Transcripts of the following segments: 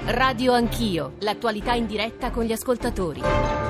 Radio Anch'io, l'attualità in diretta con gli ascoltatori.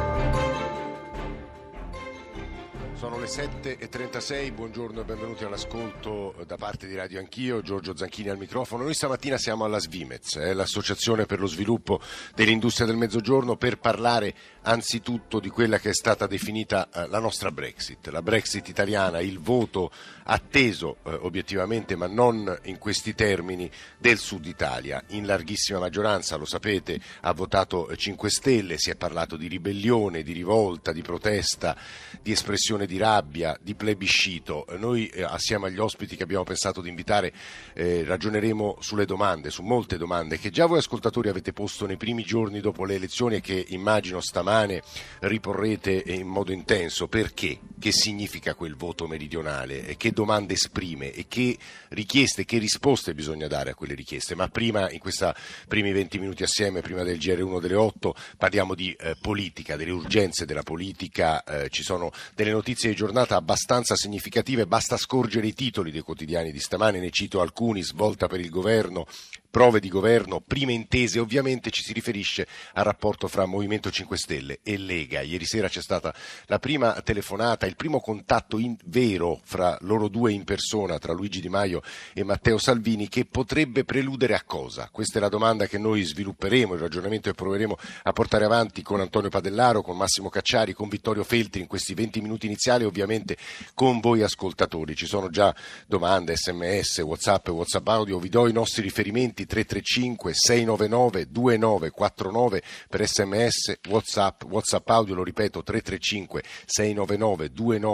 Sono le 7:36, buongiorno e benvenuti all'ascolto da parte di Radio Anch'io, Giorgio Zanchini al microfono. Noi stamattina siamo alla Svimez, l'Associazione per lo Sviluppo dell'Industria del Mezzogiorno, per parlare anzitutto di quella che è stata definita la nostra Brexit, la Brexit italiana, il voto atteso obiettivamente, ma non in questi termini, del Sud Italia. In larghissima maggioranza, lo sapete, ha votato 5 Stelle, si è parlato di ribellione, di rivolta, di protesta, di espressione di rabbia, di plebiscito. Noi assieme agli ospiti che abbiamo pensato di invitare ragioneremo sulle domande, su molte domande che già voi ascoltatori avete posto nei primi giorni dopo le elezioni e che immagino stamane riporrete in modo intenso. Perché? Che significa quel voto meridionale? Che domande esprime? E che richieste, che risposte bisogna dare a quelle richieste? Ma prima, in questi primi 20 minuti assieme, prima del GR1 delle 8, parliamo di politica, delle urgenze della politica. Ci sono delle notizie di giornata abbastanza significative, basta scorgere i titoli dei quotidiani di stamane, ne cito alcuni: svolta per il governo, prove di governo, prime intese. Ovviamente ci si riferisce al rapporto fra Movimento 5 Stelle e Lega. Ieri sera c'è stata la prima telefonata, il primo contatto vero fra loro due in persona, tra Luigi Di Maio e Matteo Salvini, che potrebbe preludere a cosa? Questa è la domanda che noi svilupperemo, il ragionamento che proveremo a portare avanti con Antonio Padellaro, con Massimo Cacciari, con Vittorio Feltri in questi 20 minuti iniziali, ovviamente con voi ascoltatori. Ci sono già domande, sms, whatsapp audio. Vi do i nostri riferimenti: 335 699 2949 per sms, whatsapp audio, lo ripeto, 335 699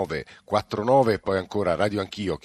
2949, poi ancora Radio Anch'io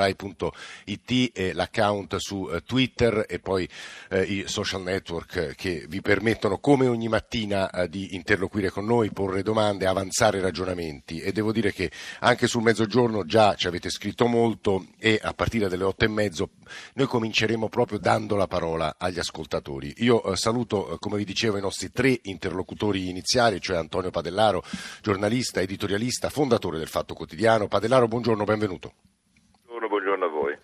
@rai.it, l'account su Twitter, e poi i social network che vi permettono come ogni mattina di interloquire con noi, porre domande, avanzare ragionamenti. E devo dire che anche sul Mezzogiorno già ci avete scritto molto, e a partire dalle 8:30 noi cominceremo proprio dando la parola agli ascoltatori. Io saluto, come vi dicevo, i nostri 3 interlocutori iniziali, cioè Antonio Padellaro, giornalista, editorialista, fondatore del Fatto Quotidiano. Padellaro, buongiorno, benvenuto. Buongiorno a voi.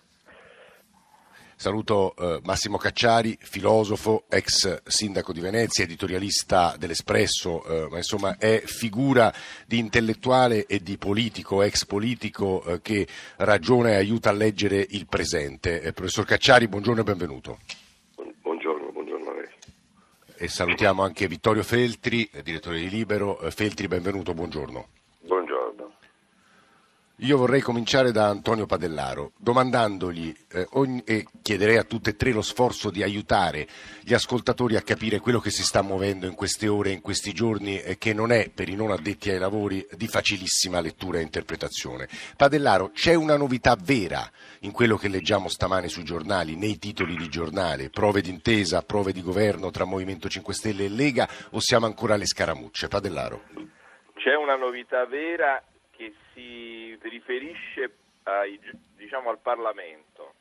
Saluto Massimo Cacciari, filosofo, ex sindaco di Venezia, editorialista dell'Espresso, ma insomma è figura di intellettuale e di politico, ex politico, che ragiona e aiuta a leggere il presente. Professor Cacciari, buongiorno e benvenuto. Buongiorno a lei. E salutiamo anche Vittorio Feltri, direttore di Libero. Feltri, benvenuto, buongiorno. Buongiorno. Io vorrei cominciare da Antonio Padellaro, domandandogli e chiederei a tutte e 3 lo sforzo di aiutare gli ascoltatori a capire quello che si sta muovendo in queste ore, in questi giorni, che non è, per i non addetti ai lavori, di facilissima lettura e interpretazione. Padellaro, c'è una novità vera in quello che leggiamo stamane sui giornali, nei titoli di giornale? Prove d'intesa, prove di governo tra Movimento 5 Stelle e Lega, o siamo ancora alle scaramucce? Padellaro. C'è una novità vera che si riferisce al Parlamento.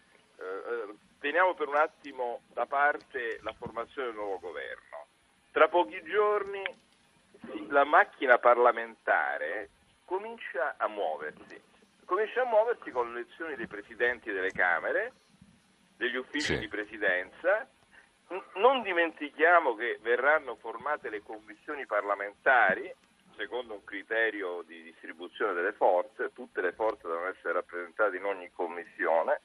Teniamo per un attimo da parte la formazione del nuovo governo. Tra pochi giorni la macchina parlamentare comincia a muoversi con le elezioni dei presidenti delle Camere, degli uffici di presidenza. Non dimentichiamo che verranno formate le commissioni parlamentari secondo un criterio di distribuzione delle forze. Tutte le forze devono essere rappresentate in ogni commissione.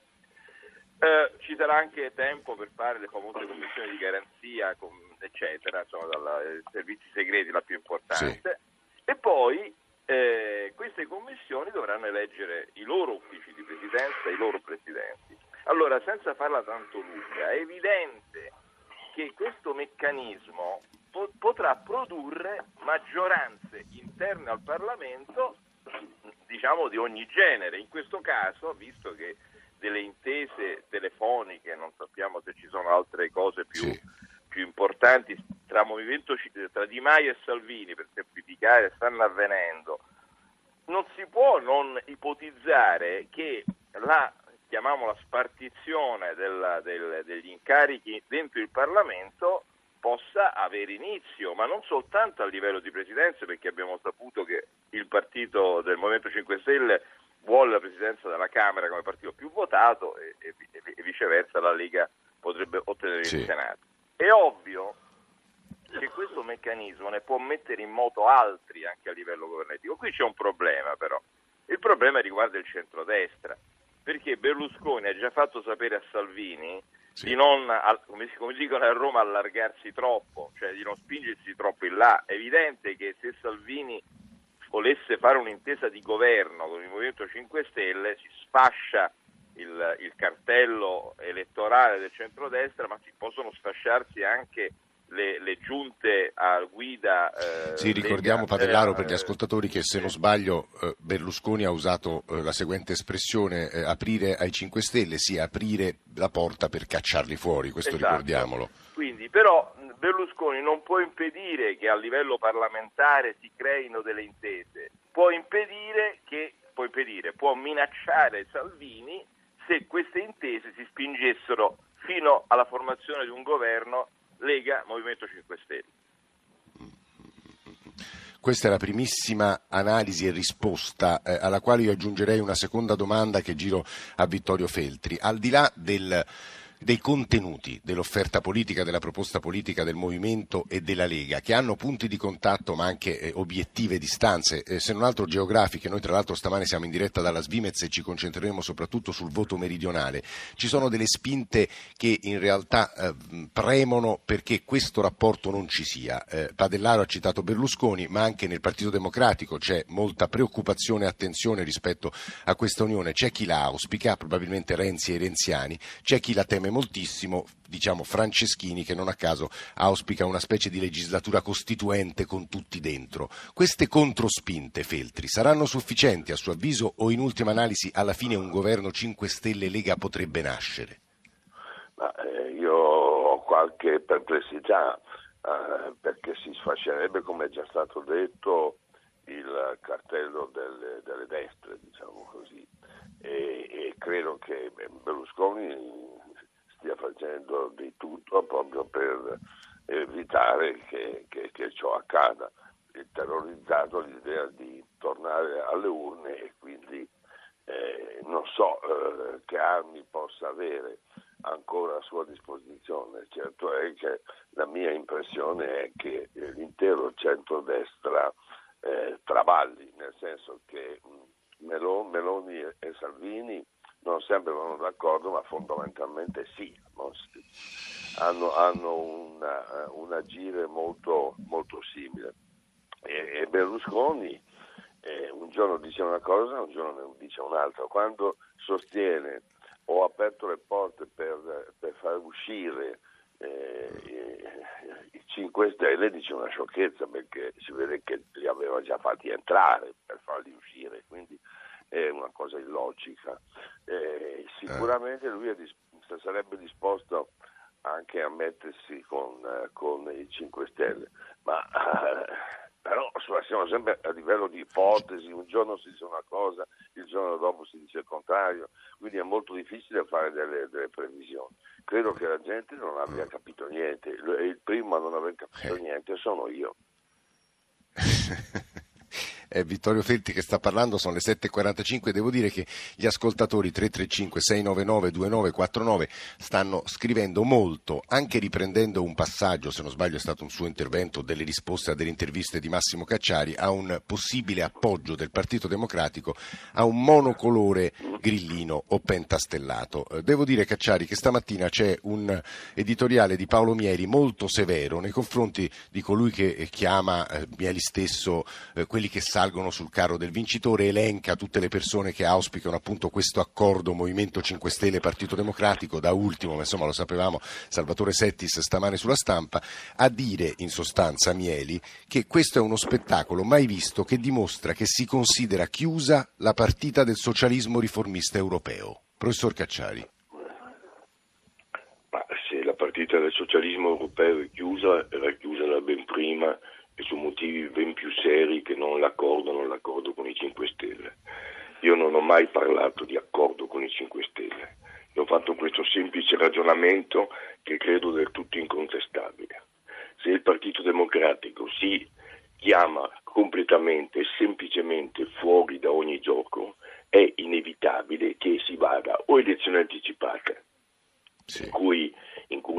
Ci sarà anche tempo per fare le famose commissioni di garanzia, eccetera, insomma, dai servizi segreti la più importante. Sì. E poi queste commissioni dovranno eleggere i loro uffici di presidenza, i loro presidenti. Allora, senza farla tanto lunga, è evidente che questo meccanismo potrà produrre maggioranze interne al Parlamento, diciamo di ogni genere. In questo caso, visto che delle intese telefoniche, non sappiamo se ci sono altre cose più importanti tra Di Maio e Salvini, per semplificare, stanno avvenendo, non si può non ipotizzare che chiamiamola spartizione degli incarichi dentro il Parlamento possa avere inizio, ma non soltanto a livello di presidenza, perché abbiamo saputo che il partito del Movimento 5 Stelle vuole la presidenza della Camera come partito più votato e viceversa la Lega potrebbe ottenere il Senato. È ovvio che questo meccanismo ne può mettere in moto altri anche a livello governativo. Qui c'è un problema però. Il problema riguarda il centrodestra, perché Berlusconi ha già fatto sapere a Salvini di non, come dicono a Roma, allargarsi troppo, cioè di non spingersi troppo in là. È evidente che se Salvini volesse fare un'intesa di governo con il Movimento 5 Stelle si sfascia il cartello elettorale del centrodestra, ma si possono sfasciarsi anche le giunte a guida. Sì, ricordiamo, Padellaro, per gli ascoltatori, che se non sbaglio Berlusconi ha usato la seguente espressione: aprire ai 5 Stelle, sì, aprire la porta per cacciarli fuori, questo esatto. Ricordiamolo. Quindi però Berlusconi non può impedire che a livello parlamentare si creino delle intese, può minacciare Salvini se queste intese si spingessero fino alla formazione di un governo Lega Movimento 5 Stelle. Questa è la primissima analisi e risposta, alla quale io aggiungerei una seconda domanda che giro a Vittorio Feltri. Al di là dei contenuti dell'offerta politica, della proposta politica del Movimento e della Lega, che hanno punti di contatto ma anche obiettive distanze, se non altro geografiche. Noi tra l'altro stamane siamo in diretta dalla Svimez e ci concentreremo soprattutto sul voto meridionale. Ci sono delle spinte che in realtà premono perché questo rapporto non ci sia. Padellaro ha citato Berlusconi, ma anche nel Partito Democratico c'è molta preoccupazione e attenzione rispetto a questa unione. C'è chi la auspica, probabilmente Renzi e i renziani, c'è chi la teme moltissimo, diciamo Franceschini, che non a caso auspica una specie di legislatura costituente con tutti dentro. Queste controspinte, Feltri, saranno sufficienti a suo avviso, o in ultima analisi alla fine un governo 5 Stelle Lega potrebbe nascere? Io ho qualche perplessità perché si sfascerebbe, come è già stato detto, il cartello delle destre, diciamo così, e credo che Berlusconi stia facendo di tutto proprio per evitare che ciò accada, terrorizzato l'idea di tornare alle urne, e quindi non so che armi possa avere ancora a sua disposizione. Certo è che la mia impressione è che l'intero centrodestra traballi, nel senso che Meloni e Salvini non sempre vanno d'accordo, ma fondamentalmente sì, hanno un agire molto, molto simile. E Berlusconi un giorno dice una cosa, un giorno ne dice un'altra. Quando sostiene ho aperto le porte per far uscire i 5 Stelle, dice una sciocchezza, perché si vede che li aveva già fatti entrare per farli uscire, quindi è una cosa illogica. Sicuramente lui sarebbe disposto anche a mettersi con i 5 Stelle, ma però siamo sempre a livello di ipotesi, un giorno si dice una cosa, il giorno dopo si dice il contrario, quindi è molto difficile fare delle previsioni. Credo che la gente non abbia capito niente, il primo a non aver capito niente sono io. È Vittorio Feltri che sta parlando, sono le 7.45. Devo dire che gli ascoltatori 335-699-2949 stanno scrivendo molto, anche riprendendo un passaggio, se non sbaglio è stato un suo intervento, delle risposte a delle interviste di Massimo Cacciari, a un possibile appoggio del Partito Democratico a un monocolore grillino o pentastellato. Devo dire, Cacciari, che stamattina c'è un editoriale di Paolo Mieli molto severo nei confronti di colui che chiama Mieli stesso quelli che salgono sul carro del vincitore, elenca tutte le persone che auspicano appunto questo accordo Movimento 5 Stelle Partito Democratico, da ultimo, ma insomma lo sapevamo, Salvatore Settis stamane sulla Stampa, a dire in sostanza Mieli che questo è uno spettacolo mai visto che dimostra che si considera chiusa la partita del socialismo riformista europeo. Professor Cacciari. Ma se la partita del socialismo europeo è chiusa, era chiusa da ben prima e su motivi ben più seri che non l'accordo con i 5 Stelle. Io non ho mai parlato di accordo con i 5 Stelle. Io ho fatto questo semplice ragionamento che credo del tutto incontestabile. Se il Partito Democratico si chiama completamente e semplicemente fuori da ogni gioco, è inevitabile che si vada o elezioni anticipate, sì, in cui il Partito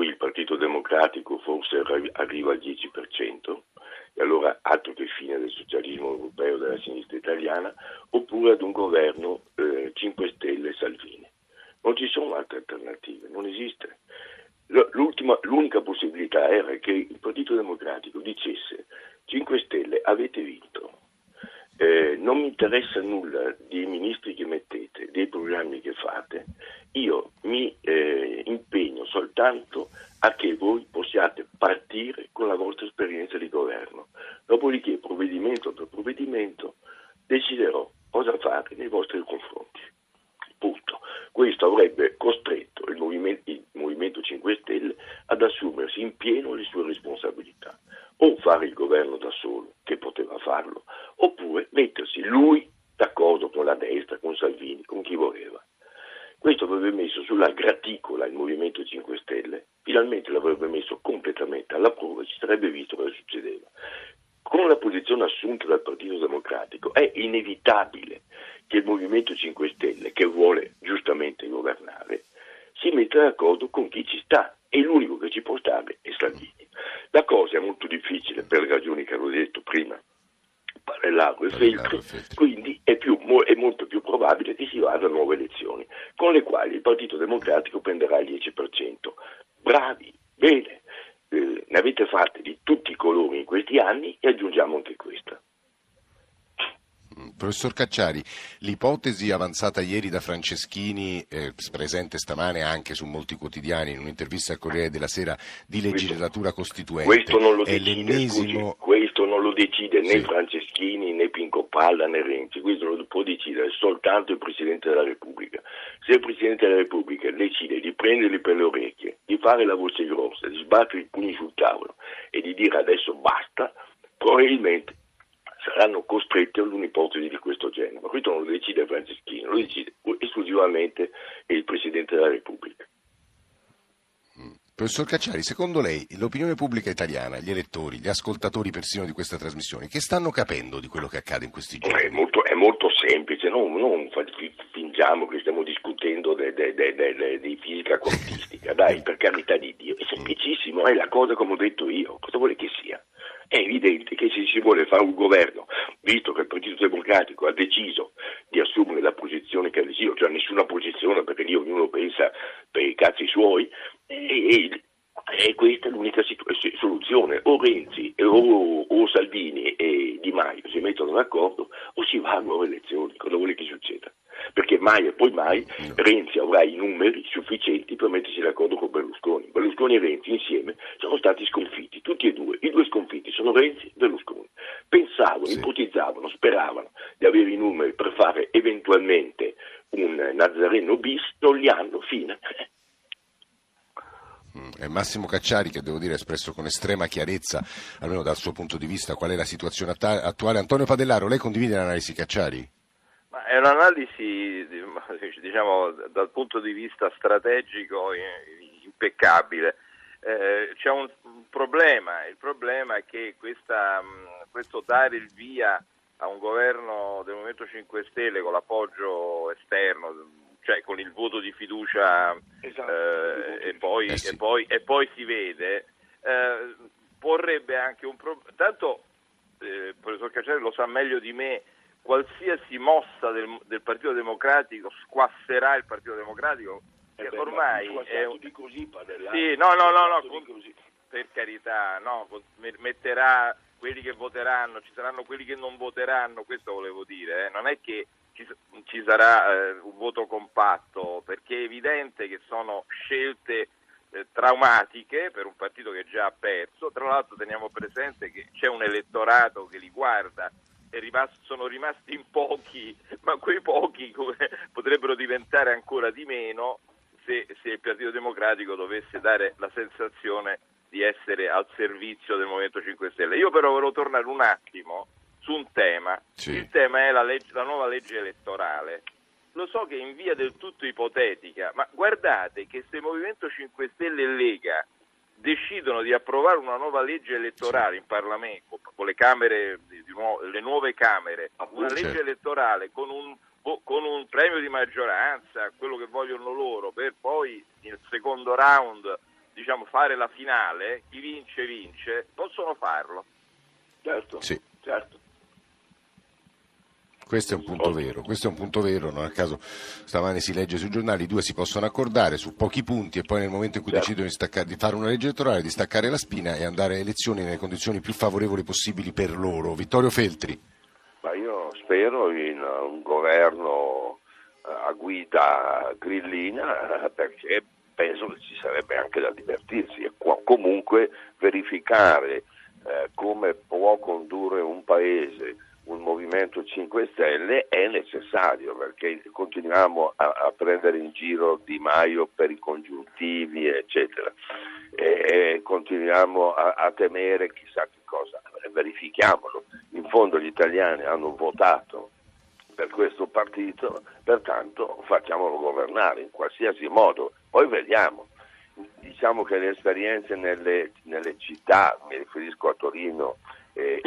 Partito Democratico forse arriva al 10%, e allora altro che fine del socialismo europeo della sinistra italiana, oppure ad un governo 5 Stelle e Salvini. Non ci sono altre alternative, non esiste. L'unica possibilità era che il Partito Democratico dicesse: 5 Stelle, avete vinto, non mi interessa nulla dei ministri che mettete, dei programmi che fate, io mi impegno soltanto a che voi possiate partire con la vostra esperienza di governo, dopodiché provvedimento per provvedimento deciderò cosa fare nei vostri confronti. Punto. Questo avrebbe costretto il Movimento 5 Stelle ad assumersi in pieno le sue responsabilità, o fare il governo da solo, che poteva farlo, oppure mettersi lui d'accordo con la destra, con Salvini, con chi voleva. Questo avrebbe messo sulla graticola il Movimento 5 Stelle, finalmente l'avrebbe messo completamente alla prova e ci sarebbe visto cosa succedeva. Con la posizione assunta dal Partito Democratico è inevitabile che il Movimento 5 Stelle, che vuole giustamente governare, si metta d'accordo con chi ci sta, e l'unico che ci può stare è Salvini. La cosa è molto difficile per le ragioni che avevo detto prima, Parellaro e Feltri, quindi è molto più probabile che si vada a nuove elezioni, con le quali il Partito Democratico prenderà il 10%. Bravi, bene, ne avete fatte di tutti i colori in questi anni e aggiungiamo anche questa. Professor Cacciari, l'ipotesi avanzata ieri da Franceschini, presente stamane anche su molti quotidiani in un'intervista al Corriere della Sera, di legislatura costituente, questo non lo è decide, l'ennesimo... questo non lo decide né Sì. Franceschini né Pinco Palla né Renzi, questo lo può decidere soltanto il Presidente della Repubblica. Se il Presidente della Repubblica decide di prenderli per le orecchie, di fare la voce grossa, di sbattere i pugni sul tavolo e di dire adesso basta, probabilmente saranno costretti ad un'ipotesi di questo genere, ma questo non lo decide Franceschini, lo decide esclusivamente il Presidente della Repubblica. Professor Cacciari, secondo lei l'opinione pubblica italiana, gli elettori, gli ascoltatori persino di questa trasmissione, che stanno capendo di quello che accade in questi giorni? È molto semplice, non fingiamo che stiamo discutendo di fisica quantistica, dai, per carità di Dio, è semplicissimo, è la cosa come ho detto io, cosa vuole che sia? È evidente che se si vuole fare un governo, visto che il Partito Democratico ha deciso di assumere la posizione che ha deciso, cioè nessuna posizione, perché lì ognuno pensa per i cazzi suoi, e questa è l'unica soluzione: o Renzi o Salvini e Di Maio si mettono d'accordo o si va a nuove elezioni. Cosa vuole che succeda? Perché mai e poi mai Renzi avrà i numeri sufficienti per mettersi d'accordo con Berlusconi. Berlusconi e Renzi insieme sono stati sconfitti, tutti e due. I due sconfitti sono Renzi e Berlusconi. Pensavano, ipotizzavano, speravano di avere i numeri per fare eventualmente un Nazareno bis, non li hanno, fine. È Massimo Cacciari che, devo dire, ha espresso con estrema chiarezza, almeno dal suo punto di vista, qual è la situazione attuale. Antonio Padellaro, lei condivide l'analisi Cacciari? Ma è un'analisi, diciamo, dal punto di vista strategico impeccabile. C'è un problema, il problema è che questo dare il via a un governo del Movimento 5 Stelle con l'appoggio esterno, cioè con il voto di fiducia, e poi si vede, porrebbe anche un problema. Tanto il professor Cacciari lo sa meglio di me, qualsiasi mossa del Partito Democratico squasserà il Partito Democratico, che ormai è di così, sì, per carità, no, metterà quelli che voteranno, ci saranno quelli che non voteranno, questo volevo dire, non è che ci sarà un voto compatto, perché è evidente che sono scelte traumatiche per un partito che già ha perso. Tra l'altro teniamo presente che c'è un elettorato che li guarda e sono rimasti in pochi, ma quei pochi potrebbero diventare ancora di meno se il Partito Democratico dovesse dare la sensazione di essere al servizio del Movimento 5 Stelle. Io però volevo tornare un attimo su un tema. Sì. Il tema è la nuova legge elettorale. Lo so che è in via del tutto ipotetica, ma guardate che se Movimento 5 Stelle e Lega decidono di approvare una nuova legge elettorale in Parlamento, con le camere, le nuove camere, una legge elettorale con un premio di maggioranza, quello che vogliono loro, per poi nel secondo round fare la finale, chi vince, possono farlo. Certo, Sì. certo. Questo è un punto vero, non a caso stamane si legge sui giornali, i due si possono accordare su pochi punti e poi nel momento in cui decidono di fare una legge elettorale, di staccare la spina e andare a elezioni nelle condizioni più favorevoli possibili per loro. Vittorio Feltri. Ma io spero in un governo a guida grillina, perché penso che ci sarebbe anche da divertirsi e comunque verificare come può condurre un paese un Movimento 5 Stelle è necessario, perché continuiamo a prendere in giro Di Maio per i congiuntivi eccetera e continuiamo a temere chissà che cosa. Verifichiamolo, in fondo gli italiani hanno votato per questo partito, pertanto facciamolo governare in qualsiasi modo, poi vediamo. Diciamo che le esperienze nelle città, mi riferisco a Torino e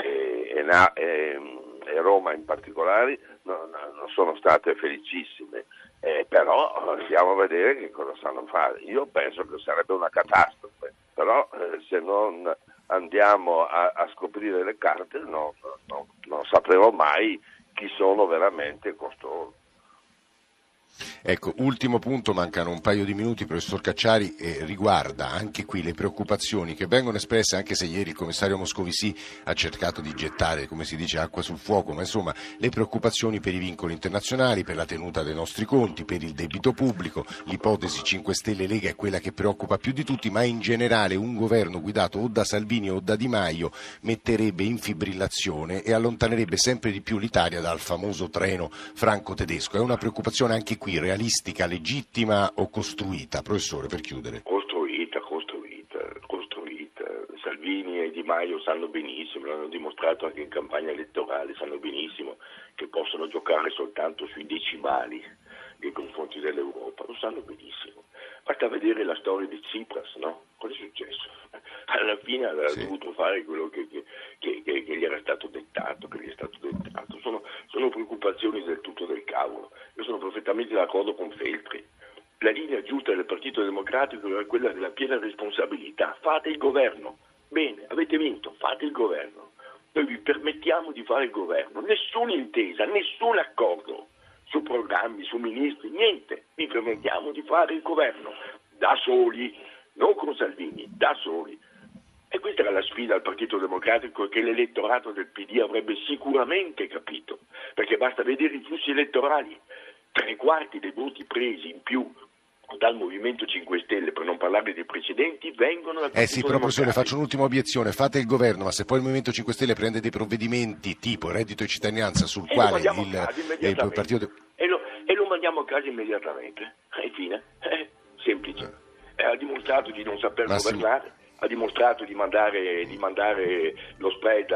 Roma in particolare, non sono state felicissime, però andiamo a vedere che cosa sanno fare. Io penso che sarebbe una catastrofe, però se non andiamo a scoprire le carte non sapremo mai chi sono veramente costoro. Ecco, ultimo punto, mancano un paio di minuti, professor Cacciari, riguarda anche qui le preoccupazioni che vengono espresse, anche se ieri il commissario Moscovici ha cercato di gettare, come si dice, acqua sul fuoco, ma insomma le preoccupazioni per i vincoli internazionali, per la tenuta dei nostri conti, per il debito pubblico. L'ipotesi 5 Stelle Lega è quella che preoccupa più di tutti, ma in generale un governo guidato o da Salvini o da Di Maio metterebbe in fibrillazione e allontanerebbe sempre di più l'Italia dal famoso treno franco-tedesco. È una preoccupazione anche qui realistica, legittima o costruita? Professore, per chiudere. Costruita. Salvini e Di Maio sanno benissimo, l'hanno dimostrato anche in campagna elettorale, sanno benissimo che possono giocare soltanto sui decimali nei confronti dell'Europa, lo sanno benissimo. Basta vedere la storia di Tsipras, no? Cosa è successo? Alla fine aveva dovuto fare quello che gli era stato dettato, Sono preoccupazioni del tutto del cavolo. Io sono perfettamente d'accordo con Feltri. La linea giusta del Partito Democratico era quella della piena responsabilità. Fate il governo. Bene, avete vinto, fate il governo. Noi vi permettiamo di fare il governo. Nessuna intesa, nessun accordo su programmi, su ministri, niente. Vi permettiamo di fare il governo da soli, non con Salvini, da soli. E questa era la sfida al Partito Democratico che l'elettorato del PD avrebbe sicuramente capito, perché basta vedere i flussi elettorali. 3/4 dei voti presi in più dal Movimento 5 Stelle, per non parlare dei precedenti, vengono dal Partito però professore, Democratico. faccio un'ultima obiezione, fate il governo, ma se poi il Movimento 5 Stelle prende dei provvedimenti tipo il reddito di cittadinanza sul quale il partito... E lo mandiamo a casa immediatamente, e fine, semplice. Ha dimostrato di non saper governare, ha dimostrato di mandare lo spread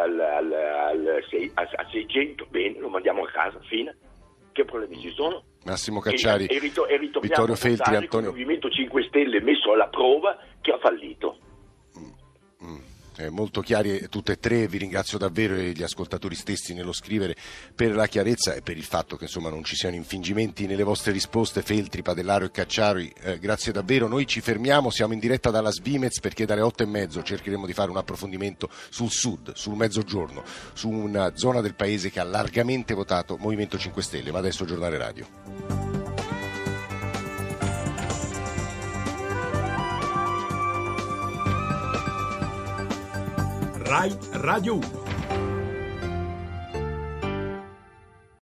a 600, bene, lo mandiamo a casa, fine. Che problemi ci sono? Massimo Cacciari, e Vittorio Feltri, Antonio... il Movimento 5 Stelle messo alla prova che ha fallito. Molto chiari tutte e tre, vi ringrazio davvero e gli ascoltatori stessi nello scrivere per la chiarezza e per il fatto che insomma non ci siano infingimenti nelle vostre risposte. Feltri, Padellaro e Cacciari, grazie davvero. Noi ci fermiamo, siamo in diretta dalla Svimez perché dalle 8:30 cercheremo di fare un approfondimento sul sud, sul mezzogiorno, su una zona del paese che ha largamente votato Movimento 5 Stelle. Ma adesso giornale radio. Rai Radio 1.